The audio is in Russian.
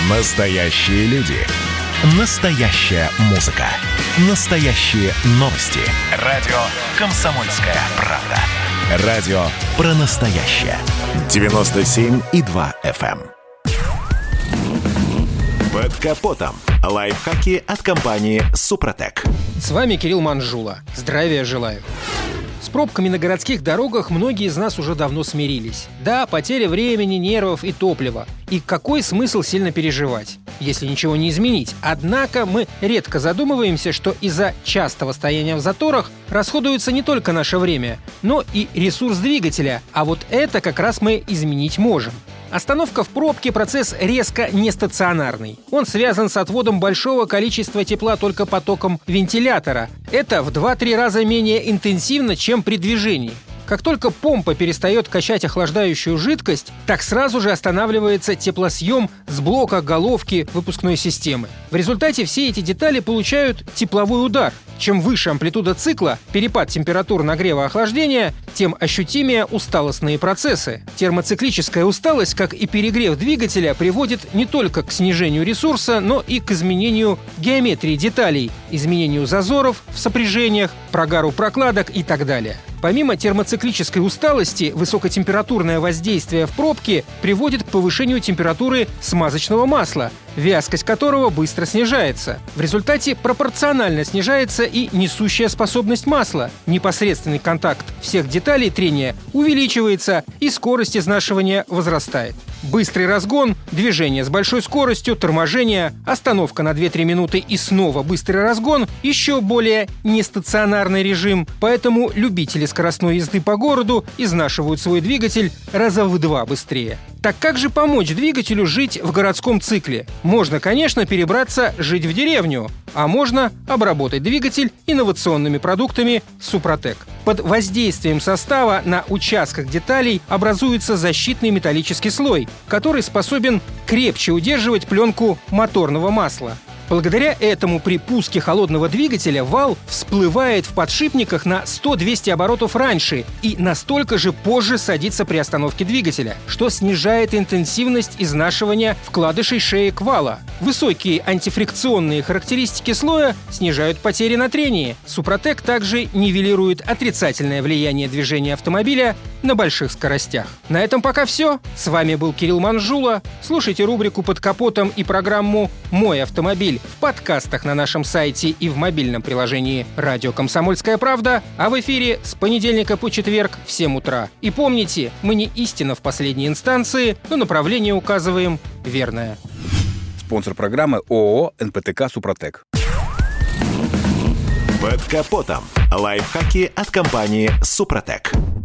Настоящие люди. Настоящая музыка. Настоящие новости. Радио «Комсомольская правда». Радио про настоящее. 97,2 FM. Под капотом. Лайфхаки от компании «Супротек». С вами Кирилл Манжула. Здравия желаю. С пробками на городских дорогах многие из нас уже давно смирились. Да, потеря времени, нервов и топлива. И какой смысл сильно переживать, если ничего не изменить? Однако мы редко задумываемся, что из-за частого стояния в заторах расходуется не только наше время, но и ресурс двигателя. А вот это как раз мы изменить можем. Остановка в пробке – процесс резко нестационарный. Он связан с отводом большого количества тепла только потоком вентилятора. Это в 2-3 раза менее интенсивно, чем при движении. Как только помпа перестает качать охлаждающую жидкость, так сразу же останавливается теплосъем с блока головки выпускной системы. В результате все эти детали получают тепловой удар. Чем выше амплитуда цикла, перепад температур нагрева охлаждения, тем ощутимее усталостные процессы. Термоциклическая усталость, как и перегрев двигателя, приводит не только к снижению ресурса, но и к изменению геометрии деталей, изменению зазоров в сопряжениях, прогару прокладок и так далее. Помимо термоциклической усталости, высокотемпературное воздействие в пробке приводит к повышению температуры смазочного масла, вязкость которого быстро снижается. В результате пропорционально снижается и несущая способность масла. Непосредственный контакт всех деталей трения увеличивается, и скорость изнашивания возрастает. Быстрый разгон, движение с большой скоростью, торможение, остановка на 2-3 минуты и снова быстрый разгон – еще более нестационарный режим, поэтому любители скоростной езды по городу изнашивают свой двигатель раза в 2 быстрее. Так как же помочь двигателю жить в городском цикле? Можно, конечно, перебраться жить в деревню, а можно обработать двигатель инновационными продуктами «Супротек». Под воздействием состава на участках деталей образуется защитный металлический слой, который способен крепче удерживать пленку моторного масла. Благодаря этому при пуске холодного двигателя вал всплывает в подшипниках на 100-200 оборотов раньше и настолько же позже садится при остановке двигателя, что снижает интенсивность изнашивания вкладышей шеек вала. Высокие антифрикционные характеристики слоя снижают потери на трении. Супротек также нивелирует отрицательное влияние движения автомобиля на больших скоростях. На этом пока все. С вами был Кирилл Манжула. Слушайте рубрику «Под капотом» и программу «Мой автомобиль» в подкастах на нашем сайте и в мобильном приложении «Радио Комсомольская правда», а в эфире с понедельника по четверг в 7 утра. И помните, мы не истина в последней инстанции, но направление указываем верное. Спонсор программы ООО «НПТК Супротек». Под капотом. Лайфхаки от компании «Супротек».